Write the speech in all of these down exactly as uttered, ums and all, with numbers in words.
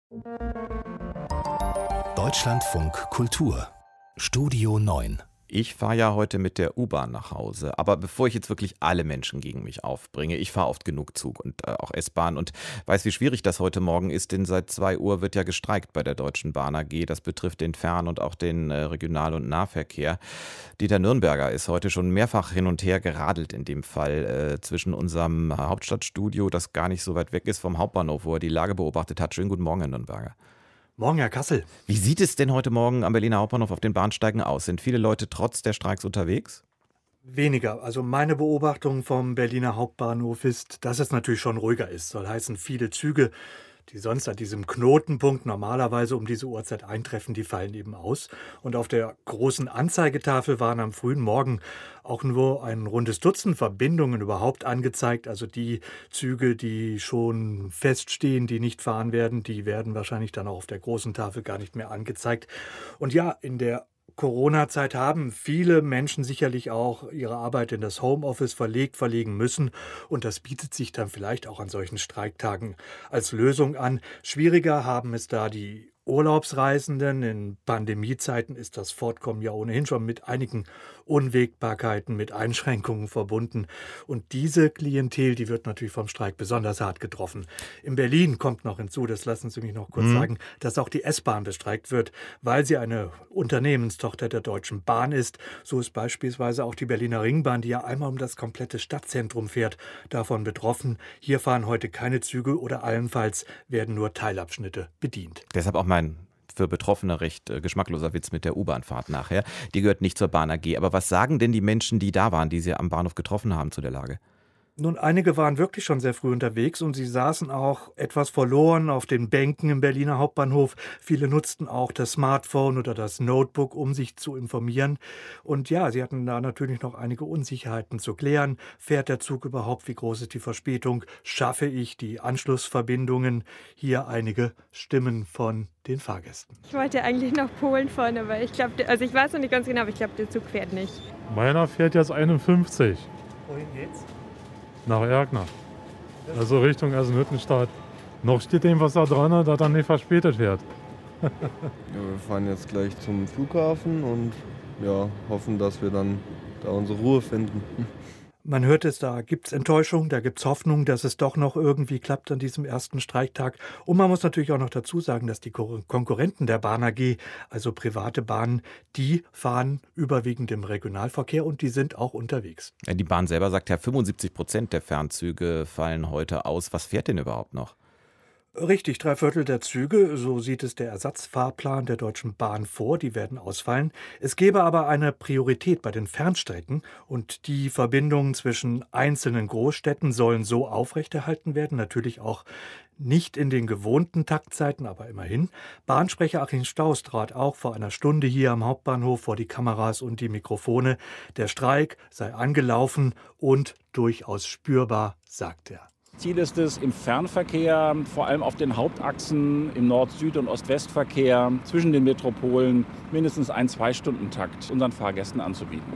Deutschlandfunk Kultur Studio neun. Ich fahre ja heute mit der U-Bahn nach Hause, aber bevor ich jetzt wirklich alle Menschen gegen mich aufbringe, ich fahre oft genug Zug und äh, auch S-Bahn und weiß, wie schwierig das heute Morgen ist, denn seit zwei Uhr wird ja gestreikt bei der Deutschen Bahn A G. Das betrifft den Fern- und auch den äh, Regional- und Nahverkehr. Dieter Nürnberger ist heute schon mehrfach hin und her geradelt in dem Fall äh, zwischen unserem Hauptstadtstudio, das gar nicht so weit weg ist vom Hauptbahnhof, wo er die Lage beobachtet hat. Schönen guten Morgen, Herr Nürnberger. Morgen, Herr Kassel. Wie sieht es denn heute Morgen am Berliner Hauptbahnhof auf den Bahnsteigen aus? Sind viele Leute trotz der Streiks unterwegs? Weniger. Also meine Beobachtung vom Berliner Hauptbahnhof ist, dass es natürlich schon ruhiger ist. Soll heißen, viele Züge, die sonst an diesem Knotenpunkt normalerweise um diese Uhrzeit eintreffen, die fallen eben aus. Und auf der großen Anzeigetafel waren am frühen Morgen auch nur ein rundes Dutzend Verbindungen überhaupt angezeigt. Also die Züge, die schon feststehen, die nicht fahren werden, die werden wahrscheinlich dann auch auf der großen Tafel gar nicht mehr angezeigt. Und ja, in der Corona-Zeit haben viele Menschen sicherlich auch ihre Arbeit in das Homeoffice verlegt, verlegen müssen. Und das bietet sich dann vielleicht auch an solchen Streiktagen als Lösung an. Schwieriger haben es da die Urlaubsreisenden. In Pandemiezeiten ist das Fortkommen ja ohnehin schon mit einigen Unwägbarkeiten, mit Einschränkungen verbunden. Und diese Klientel, die wird natürlich vom Streik besonders hart getroffen. In Berlin kommt noch hinzu, das lassen Sie mich noch kurz mhm. sagen, dass auch die S-Bahn bestreikt wird, weil sie eine Unternehmenstochter der Deutschen Bahn ist. So ist beispielsweise auch die Berliner Ringbahn, die ja einmal um das komplette Stadtzentrum fährt, davon betroffen. Hier fahren heute keine Züge oder allenfalls werden nur Teilabschnitte bedient. Deshalb auch mein für Betroffene recht äh, geschmackloser Witz mit der U-Bahn-Fahrt nachher. Die gehört nicht zur Bahn A G. Aber was sagen denn die Menschen, die da waren, die Sie am Bahnhof getroffen haben, zu der Lage? Nun, einige waren wirklich schon sehr früh unterwegs und sie saßen auch etwas verloren auf den Bänken im Berliner Hauptbahnhof. Viele nutzten auch das Smartphone oder das Notebook, um sich zu informieren. Und ja, sie hatten da natürlich noch einige Unsicherheiten zu klären. Fährt der Zug überhaupt? Wie groß ist die Verspätung? Schaffe ich die Anschlussverbindungen? Hier einige Stimmen von den Fahrgästen. Ich wollte eigentlich nach Polen fahren, aber ich glaube, also ich weiß noch nicht ganz genau, aber ich glaube, der Zug fährt nicht. Meiner fährt jetzt einundfünfzig. Wohin geht's? Nach Erkner. Also Richtung Eisenhüttenstadt. Noch steht dem was da dran, dass er nicht verspätet fährt. Ja, wir fahren jetzt gleich zum Flughafen und ja, hoffen, dass wir dann da unsere Ruhe finden. Man hört es, da gibt es Enttäuschung, da gibt es Hoffnung, dass es doch noch irgendwie klappt an diesem ersten Streiktag. Und man muss natürlich auch noch dazu sagen, dass die Konkurrenten der Bahn A G, also private Bahnen, die fahren überwiegend im Regionalverkehr und die sind auch unterwegs. Ja, die Bahn selber sagt ja, fünfundsiebzig Prozent der Fernzüge fallen heute aus. Was fährt denn überhaupt noch? Richtig, drei Viertel der Züge, so sieht es der Ersatzfahrplan der Deutschen Bahn vor, die werden ausfallen. Es gäbe aber eine Priorität bei den Fernstrecken und die Verbindungen zwischen einzelnen Großstädten sollen so aufrechterhalten werden, natürlich auch nicht in den gewohnten Taktzeiten, aber immerhin. Bahnsprecher Achim Staus trat auch vor einer Stunde hier am Hauptbahnhof vor die Kameras und die Mikrofone. Der Streik sei angelaufen und durchaus spürbar, sagt er. Ziel ist es, im Fernverkehr, vor allem auf den Hauptachsen, im Nord-Süd- und Ost-West-Verkehr zwischen den Metropolen mindestens einen Zwei-Stunden-Takt unseren Fahrgästen anzubieten.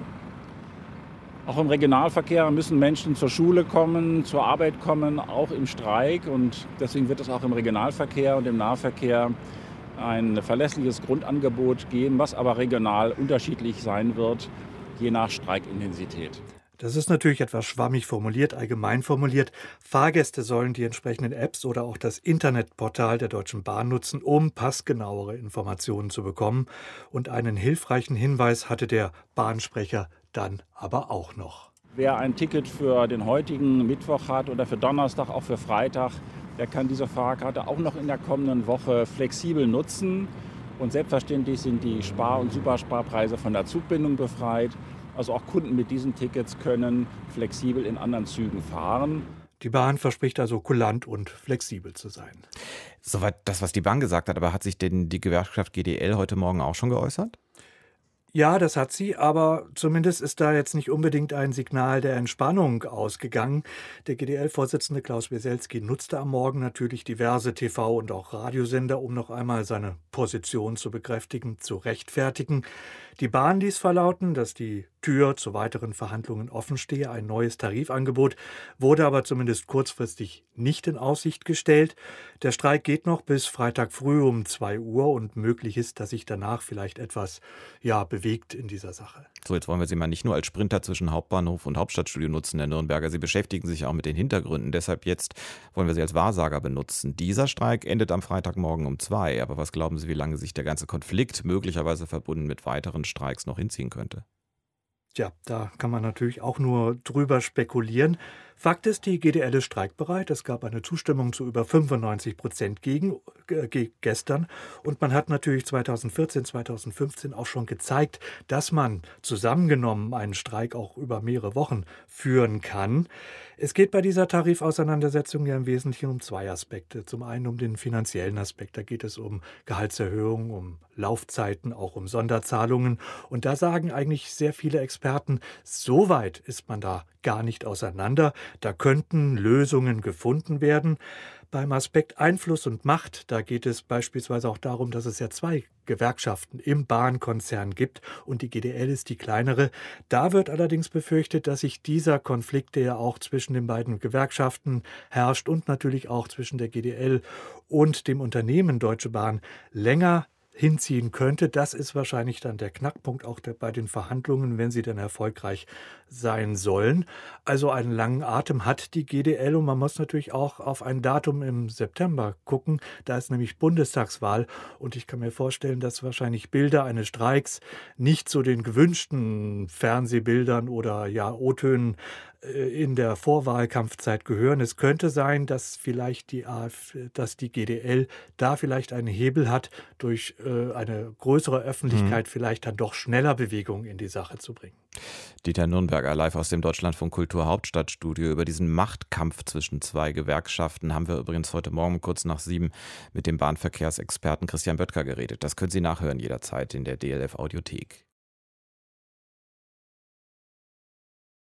Auch im Regionalverkehr müssen Menschen zur Schule kommen, zur Arbeit kommen, auch im Streik. Und deswegen wird es auch im Regionalverkehr und im Nahverkehr ein verlässliches Grundangebot geben, was aber regional unterschiedlich sein wird, je nach Streikintensität. Das ist natürlich etwas schwammig formuliert, allgemein formuliert. Fahrgäste sollen die entsprechenden Apps oder auch das Internetportal der Deutschen Bahn nutzen, um passgenauere Informationen zu bekommen. Und einen hilfreichen Hinweis hatte der Bahnsprecher dann aber auch noch. Wer ein Ticket für den heutigen Mittwoch hat oder für Donnerstag, auch für Freitag, der kann diese Fahrkarte auch noch in der kommenden Woche flexibel nutzen. Und selbstverständlich sind die Spar- und Supersparpreise von der Zugbindung befreit. Also auch Kunden mit diesen Tickets können flexibel in anderen Zügen fahren. Die Bahn verspricht also kulant und flexibel zu sein. Soweit das, was die Bahn gesagt hat, aber hat sich denn die Gewerkschaft G D L heute Morgen auch schon geäußert? Ja, das hat sie, aber zumindest ist da jetzt nicht unbedingt ein Signal der Entspannung ausgegangen. Der G D L-Vorsitzende Klaus Wieselski nutzte am Morgen natürlich diverse T V- und auch Radiosender, um noch einmal seine Position zu bekräftigen, zu rechtfertigen. Die Bahn ließ verlauten, dass die Tür zu weiteren Verhandlungen offen stehe. Ein neues Tarifangebot wurde aber zumindest kurzfristig nicht in Aussicht gestellt. Der Streik geht noch bis Freitag früh um zwei Uhr und möglich ist, dass sich danach vielleicht etwas ja, bewegt in dieser Sache. So, jetzt wollen wir Sie mal nicht nur als Sprinter zwischen Hauptbahnhof und Hauptstadtstudio nutzen, Herr Nürnberger. Sie beschäftigen sich auch mit den Hintergründen. Deshalb jetzt wollen wir Sie als Wahrsager benutzen. Dieser Streik endet am Freitagmorgen um zwei. Aber was glauben Sie, wie lange sich der ganze Konflikt, möglicherweise verbunden mit weiteren Streiks, noch hinziehen könnte? Tja, da kann man natürlich auch nur drüber spekulieren. Fakt ist, die G D L ist streikbereit. Es gab eine Zustimmung zu über fünfundneunzig Prozent gegen, äh, gestern. Und man hat natürlich zweitausendvierzehn, zweitausendfünfzehn auch schon gezeigt, dass man zusammengenommen einen Streik auch über mehrere Wochen führen kann. Es geht bei dieser Tarifauseinandersetzung ja im Wesentlichen um zwei Aspekte. Zum einen um den finanziellen Aspekt. Da geht es um Gehaltserhöhungen, um Laufzeiten, auch um Sonderzahlungen. Und da sagen eigentlich sehr viele Experten, so weit ist man da gar nicht auseinander. Da könnten Lösungen gefunden werden. Beim Aspekt Einfluss und Macht, da geht es beispielsweise auch darum, dass es ja zwei Gewerkschaften im Bahnkonzern gibt und die G D L ist die kleinere. Da wird allerdings befürchtet, dass sich dieser Konflikt, der ja auch zwischen den beiden Gewerkschaften herrscht und natürlich auch zwischen der G D L und dem Unternehmen Deutsche Bahn, länger hinziehen könnte. Das ist wahrscheinlich dann der Knackpunkt auch der, bei den Verhandlungen, wenn sie dann erfolgreich sein sollen. Also einen langen Atem hat die G D L und man muss natürlich auch auf ein Datum im September gucken. Da ist nämlich Bundestagswahl und ich kann mir vorstellen, dass wahrscheinlich Bilder eines Streiks nicht zu den gewünschten Fernsehbildern oder ja O-Tönen in der Vorwahlkampfzeit gehören. Es könnte sein, dass vielleicht die A f, dass die G D L da vielleicht einen Hebel hat, durch äh, eine größere Öffentlichkeit mhm. vielleicht dann doch schneller Bewegung in die Sache zu bringen. Dieter Nürnberger live aus dem Deutschlandfunk Kultur Hauptstadtstudio. Über diesen Machtkampf zwischen zwei Gewerkschaften haben wir übrigens heute Morgen kurz nach sieben mit dem Bahnverkehrsexperten Christian Böttger geredet. Das können Sie nachhören jederzeit in der D L F Audiothek.